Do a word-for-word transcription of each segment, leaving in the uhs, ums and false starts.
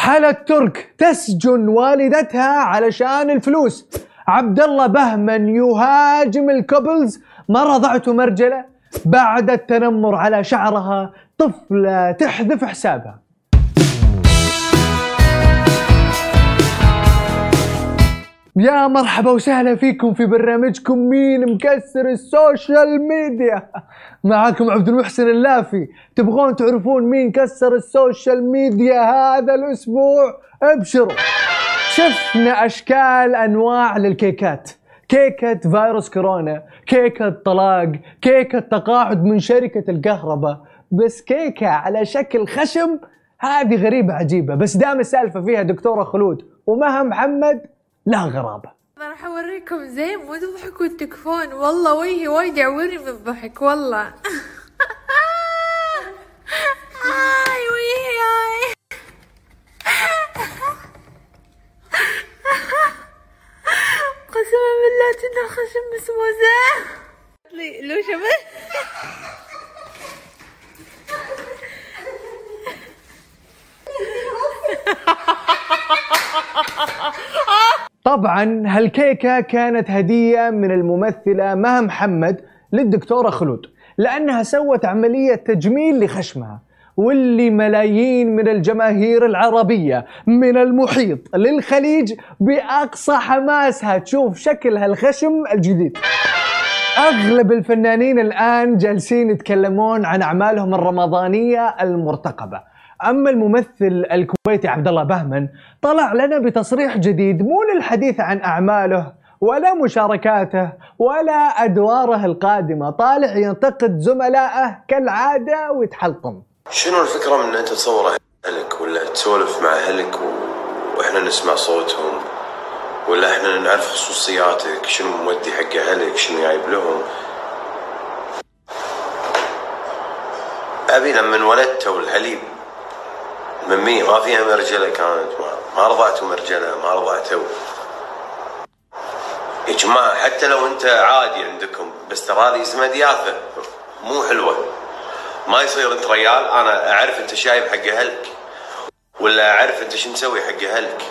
حالة ترك تسجن والدتها علشان الفلوس. عبد الله بهمن يهاجم الكوبلز. مرة ضعته مرجلة بعد التنمر على شعرها. طفلة تحذف حسابها. يا مرحبا وسهلا فيكم في برنامجكم مين مكسر السوشيال ميديا. معاكم عبد المحسن اللافي. تبغون تعرفون مين كسر السوشيال ميديا هذا الأسبوع؟ ابشروا. شفنا أشكال أنواع للكيكات، كيكة فيروس كورونا، كيكة طلاق، كيكة تقاعد من شركة الكهرباء، بس كيكة على شكل خشم هذه غريبة عجيبة. بس دام السالفة فيها دكتورة خلود ومها محمد لا غرابة. أنا راح أوريكم زين مو تضحكوا وتكفون، والله وجهي وايد يعورني من الضحك والله. آي وجهي آي. قسما بالله إنه خشم مسموزة. لو شبه. طبعا هالكيكة كانت هدية من الممثلة مها محمد للدكتورة خلود، لأنها سوت عملية تجميل لخشمها، واللي ملايين من الجماهير العربية من المحيط للخليج بأقصى حماسها تشوف شكل هالخشم الجديد. أغلب الفنانين الآن جالسين يتكلمون عن أعمالهم الرمضانية المرتقبة. أما الممثل الكويتي عبد الله بهمن طلع لنا بتصريح جديد مو للحديث عن أعماله ولا مشاركاته ولا أدواره القادمة، طالع ينتقد زملائه كالعادة ويتحلطم. شنو الفكرة من أن أنت تصور أهلك ولا تسولف مع أهلك وإحنا نسمع صوتهم، ولا إحنا نعرف خصوصياتك، شنو مودي حق أهلك، شنو جايب لهم؟ أبي لما انولدت والحليب من مية ما فيها مرجلة، كانت ما, ما رضعتوا مرجلة، ما رضعتوا يا جماعة. حتى لو أنت عادي عندكم، بس ترى هذه اسمها دياثة مو حلوة. ما يصير أنت ريال أنا أعرف أنت شايب حق أهلك، ولا أعرف أنت شو مسوي حق أهلك.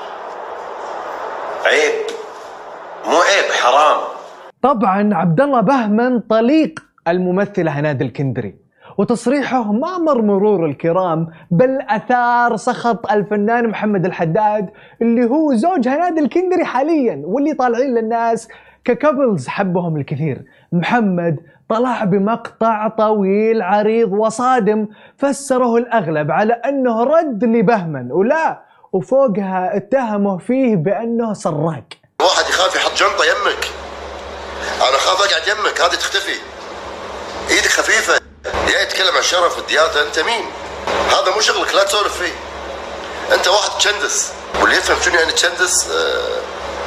عيب، مو عيب، حرام. طبعا عبد الله بهمن طليق الممثلة هناد الكندري، وتصريحه ما مر مرور الكرام بل أثار سخط الفنان محمد الحداد اللي هو زوج هناد الكندري حاليا، واللي طالعين للناس ككابلز حبهم الكثير. محمد طلع بمقطع طويل عريض وصادم فسره الأغلب على أنه رد لبهمن، ولا وفوقها اتهمه فيه بأنه سراق. واحد يخاف يحط جنطة يمك، أنا خاف أقعد يمك هذه تختفي، إيدك خفيفة. يا يتكلم عن شرف الدياثة، انت مين؟ هذا مو شغلك، لا تسولف فيه. انت واحد تشندس، واللي يفهم شنو يعني تشندس آه...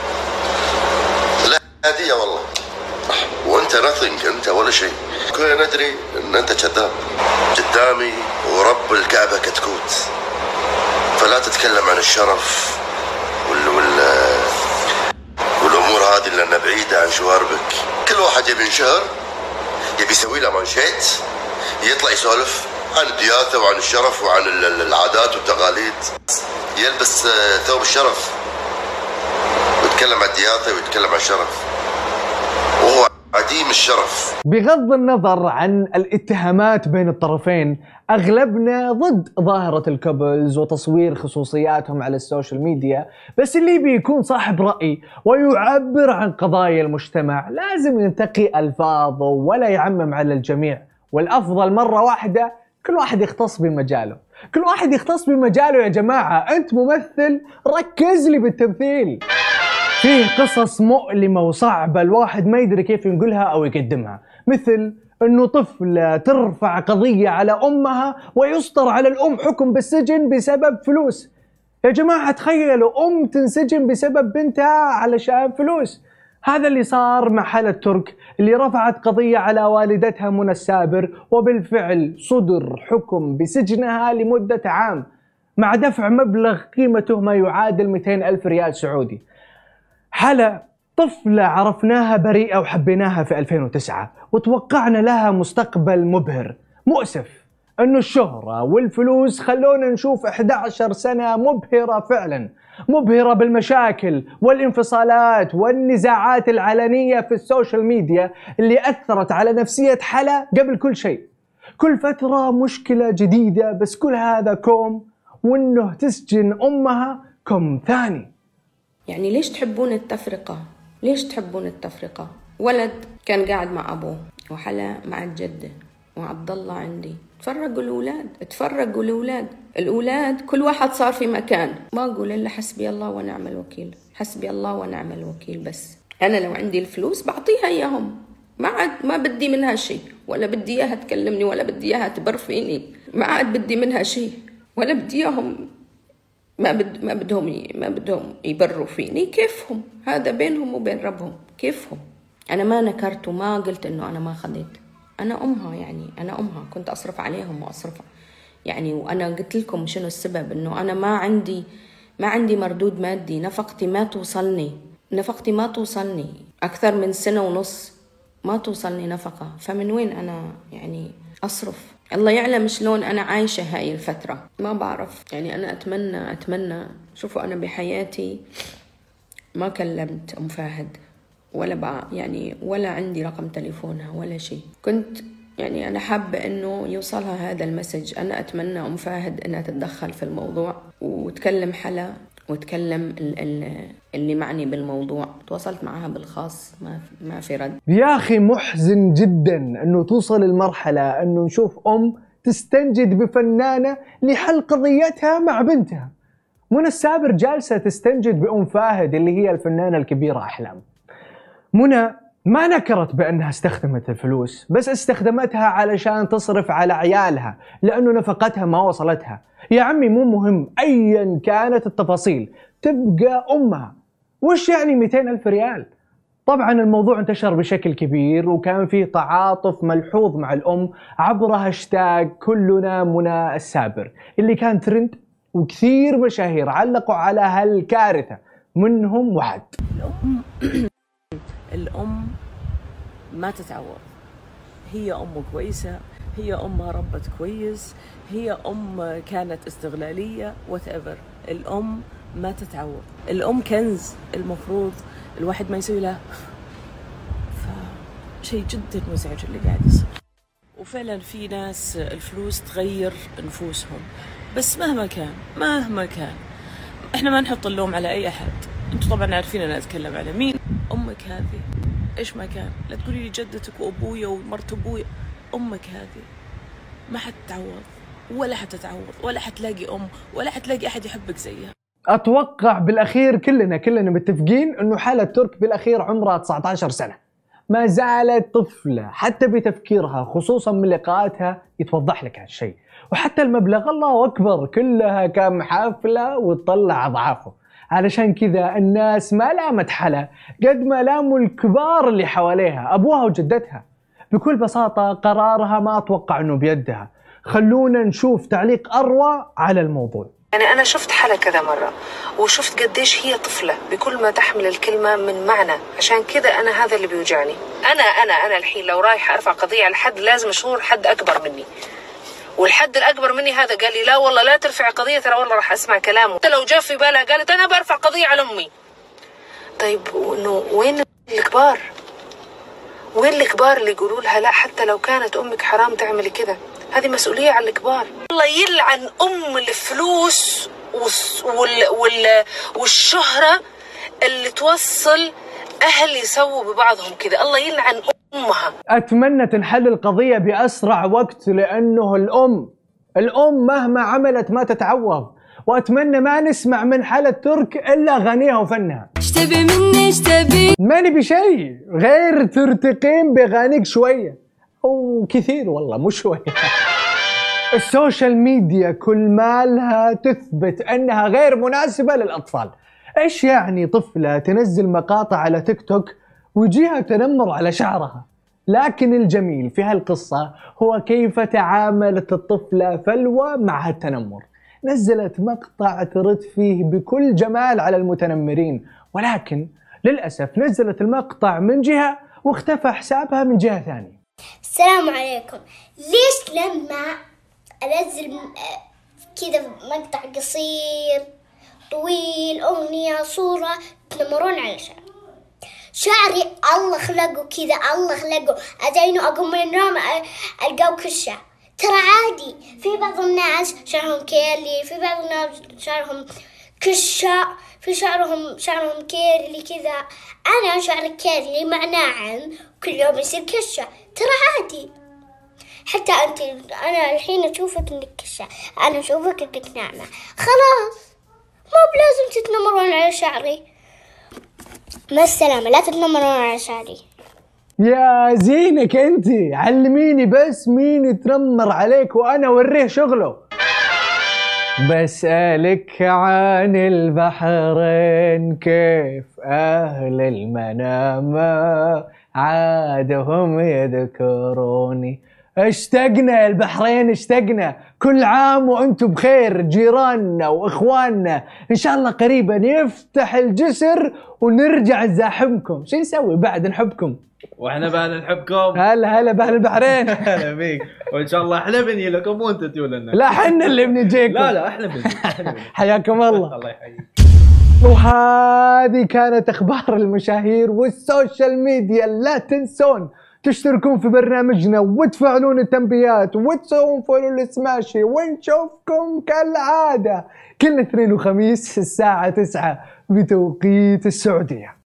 لا هدية والله، وانت nothing، انت ولا شيء. كلنا ندري ان انت كذاب قدامي ورب الكعبة كتكوت، فلا تتكلم عن الشرف وال وال والامور هذه لانها بعيدة عن شواربك. كل واحد يبي ينشهر، يبي يسوي له مانشيت، يطلع يسولف عن الدياثة وعن الشرف وعن العادات والتقاليد، يلبس ثوب الشرف ويتكلم عن الدياثة ويتكلم عن الشرف وهو عديم الشرف. بغض النظر عن الاتهامات بين الطرفين، أغلبنا ضد ظاهرة الكابلز وتصوير خصوصياتهم على السوشيال ميديا، بس اللي بيكون صاحب رأي ويعبر عن قضايا المجتمع لازم ينتقي ألفاظه ولا يعمم على الجميع، والأفضل مرة واحدة كل واحد يختص بمجاله. كل واحد يختص بمجاله يا جماعة. أنت ممثل، ركز لي بالتمثيل. فيه قصص مؤلمة وصعبة الواحد ما يدري كيف ينقلها أو يقدمها، مثل أنه طفلة ترفع قضية على أمها ويصدر على الأم حكم بالسجن بسبب فلوس. يا جماعة تخيلوا أم تنسجن بسبب بنتها علشان فلوس. هذا اللي صار مع حالة ترك اللي رفعت قضية على والدتها منى السابر، وبالفعل صدر حكم بسجنها لمدة عام مع دفع مبلغ قيمته ما يعادل مئتين ألف ريال سعودي. حلا طفلة عرفناها بريئة وحبيناها في ألفين وتسعة وتوقعنا لها مستقبل مبهر. مؤسف انه الشهرة والفلوس خلونا نشوف إحدى عشرة سنة مبهرة فعلا، مبهرة بالمشاكل والانفصالات والنزاعات العلنية في السوشيال ميديا اللي أثرت على نفسية حلا قبل كل شيء. كل فترة مشكلة جديدة، بس كل هذا كوم، وانه تسجن امها كوم ثاني. يعني ليش تحبون التفرقة؟ ليش تحبون التفرقة؟ ولد كان قاعد مع ابوه وحلا مع الجدة وعبد الله عندي، تفرقوا الاولاد، تفرقوا الاولاد، الاولاد كل واحد صار في مكان. ما اقول الا حسبي الله ونعم الوكيل، حسبي الله ونعم الوكيل. بس انا لو عندي الفلوس بعطيها اياهم، ما عاد ما بدي منها شيء، ولا بدي اياها تكلمني، ولا بدي اياها تبر فيني، ما عاد بدي منها شيء، ولا بدي اياهم، ما بد ما بدهم ما بدهم يبروا فيني، كيفهم، هذا بينهم وبين ربهم، كيفهم. انا ما نكرت وما قلت انه انا ما خذيت، انا امها، يعني انا امها كنت اصرف عليهم واصرف يعني. وانا قلت لكم شنو السبب، انه انا ما عندي ما عندي مردود مادي، نفقتي ما توصلني، نفقتي ما توصلني اكثر من سنة ونص، ما توصلني نفقة، فمن وين أنا يعني أصرف؟ الله يعلم شلون أنا عايشة هاي الفترة، ما بعرف. يعني أنا أتمنى أتمنى شوفوا أنا بحياتي ما كلمت أم فهد، ولا بقى يعني ولا عندي رقم تليفونها ولا شيء. كنت يعني أنا حابة إنه يوصلها هذا المسج. أنا أتمنى أم فهد إنها تتدخل في الموضوع وتكلم حلا وتكلم اللي معني بالموضوع. تواصلت معها بالخاص، ما ما في رد. يا أخي محزن جدا أنه توصل المرحلة أنه نشوف أم تستنجد بفنانة لحل قضيتها مع بنتها. منى السابر جالسة تستنجد بأم فهد اللي هي الفنانة الكبيرة أحلام. منى ما نكرت بأنها استخدمت الفلوس، بس استخدمتها علشان تصرف على عيالها لأنه نفقتها ما وصلتها. يا عمي مو مهم أيا كانت التفاصيل، تبقى أمها. وش يعني مئتين ألف ريال؟ طبعا الموضوع انتشر بشكل كبير وكان فيه تعاطف ملحوظ مع الأم عبر هاشتاج كلنا منى السابر اللي كان ترند، وكثير مشاهير علقوا على هالكارثة، منهم وحد. الأم الأم ما تتعوض، هي أم كويسة، هي أم ربت كويس، هي أم كانت استغلالية whatever. الأم ما تتعوض، الأم كنز، المفروض الواحد ما يسوي له. فشيء جدا مزعج اللي قاعد يصير. وفعلا في ناس الفلوس تغير نفوسهم، بس مهما كان مهما كان احنا ما نحط اللوم على أي أحد. انتوا طبعا عارفين أنا أتكلم على مين. أمك هذه إيش ما كان، لا تقولي لي جدتك وأبويا ومرت أبويا، أمك هذه ما حتتعوض ولا حتتعوض ولا حتلاقي أم ولا حتلاقي أحد يحبك زيها. أتوقع بالأخير كلنا كلنا متفقين أنه حالة ترك بالأخير عمرها تسعة عشر سنة، ما زالت طفلة حتى بتفكيرها، خصوصا من لقاءاتها يتوضح لك هالشيء. وحتى المبلغ الله أكبر كلها كم حفلة وتطلع أضعافه. علشان كذا الناس ما لامت حلا قد ما لاموا الكبار اللي حواليها، أبوها وجدتها. بكل بساطة قرارها ما أتوقع أنه بيدها. خلونا نشوف تعليق أروى على الموضوع. يعني أنا شفت حلا كذا مرة وشفت قديش هي طفلة بكل ما تحمل الكلمة من معنى، عشان كذا أنا هذا اللي بيوجعني. أنا أنا أنا الحين لو رايحة أرفع قضية على حد لازم أشور حد أكبر مني، والحد الأكبر مني هذا قال لي لا والله لا ترفع قضية، ترى والله راح أسمع كلامه. حتى لو جاء في بالها قالت أنا برفع قضية على أمي. طيب إنه وين الكبار؟ وين الكبار اللي يقولوا لها لا حتى لو كانت أمك حرام تعملي كذا؟ هذه مسؤولية على الكبار. الله يلعن أم الفلوس وال وال والشهرة اللي توصل أهل يسووا ببعضهم كذا، الله يلعن أمها. أتمنى تنحل القضية بأسرع وقت، لأنه الأم الأم مهما عملت ما تتعوض. وأتمنى ما نسمع من حالة ترك إلا أغانيها وفنها. اشتبي مني اشتبي، ما نبي شيء غير ترتقين بأغانيك شوية أو كثير، والله مو شوية. السوشيال ميديا كل مالها تثبت أنها غير مناسبة للأطفال. إيش يعني طفلة تنزل مقاطع على تيك توك ويجيها تنمر على شعرها؟ لكن الجميل في هالقصة هو كيف تعاملت الطفلة فلوى مع هالتنمر. نزلت مقطع ترد فيه بكل جمال على المتنمرين، ولكن للأسف نزلت المقطع من جهة واختفى حسابها من جهة ثانية. السلام عليكم. ليش لما أنزل كذا مقطع قصير طويل، أغنية، صورة، تنمرون على شعري. شعري الله خلقه كذا، الله خلقه أزينه، أقوم من النوم ألقاه كشة. ترى عادي، في بعض الناس شعرهم كيرلي، في بعض الناس شعرهم كشة، في شعرهم شعرهم كيرلي كذا. أنا شعري كيرلي مع ناعم، كل يوم يصير كشة. ترى عادي، حتى أنت أنا الحين أشوفك إنك كشة، أنا أشوفك إنك ناعمة، خلاص مو بلازم تتنمرون على شعري. مع السلامة، لا تتنمرون على شعري. يا زينك انتي، علميني بس مين يتنمر عليك وانا اوريه شغله. بسألك عن البحرين، كيف اهل المنامة عادهم يذكروني. اشتقنا البحرين، اشتقنا، كل عام وانتم بخير جيراننا واخواننا، ان شاء الله قريبا يفتح الجسر ونرجع نزاحمكم. شو نسوي بعد؟ نحبكم واحنا بعد نحبكم. هلا هلا باهل البحرين. هلا بيك، وان شاء الله احنا بنجي لكم وانتم تجوا لنا. لا احنا اللي بنجيكم. لا لا احنا بنجي. حياكم الله. الله يحييك. وهذه كانت اخبار المشاهير والسوشيال ميديا. لا تنسون تشتركون في برنامجنا وتفعلون التنبيهات وتسوون فولو لسماشي، ونشوفكم كالعادة كل اثنين وخميس الساعة تسعة بتوقيت السعودية.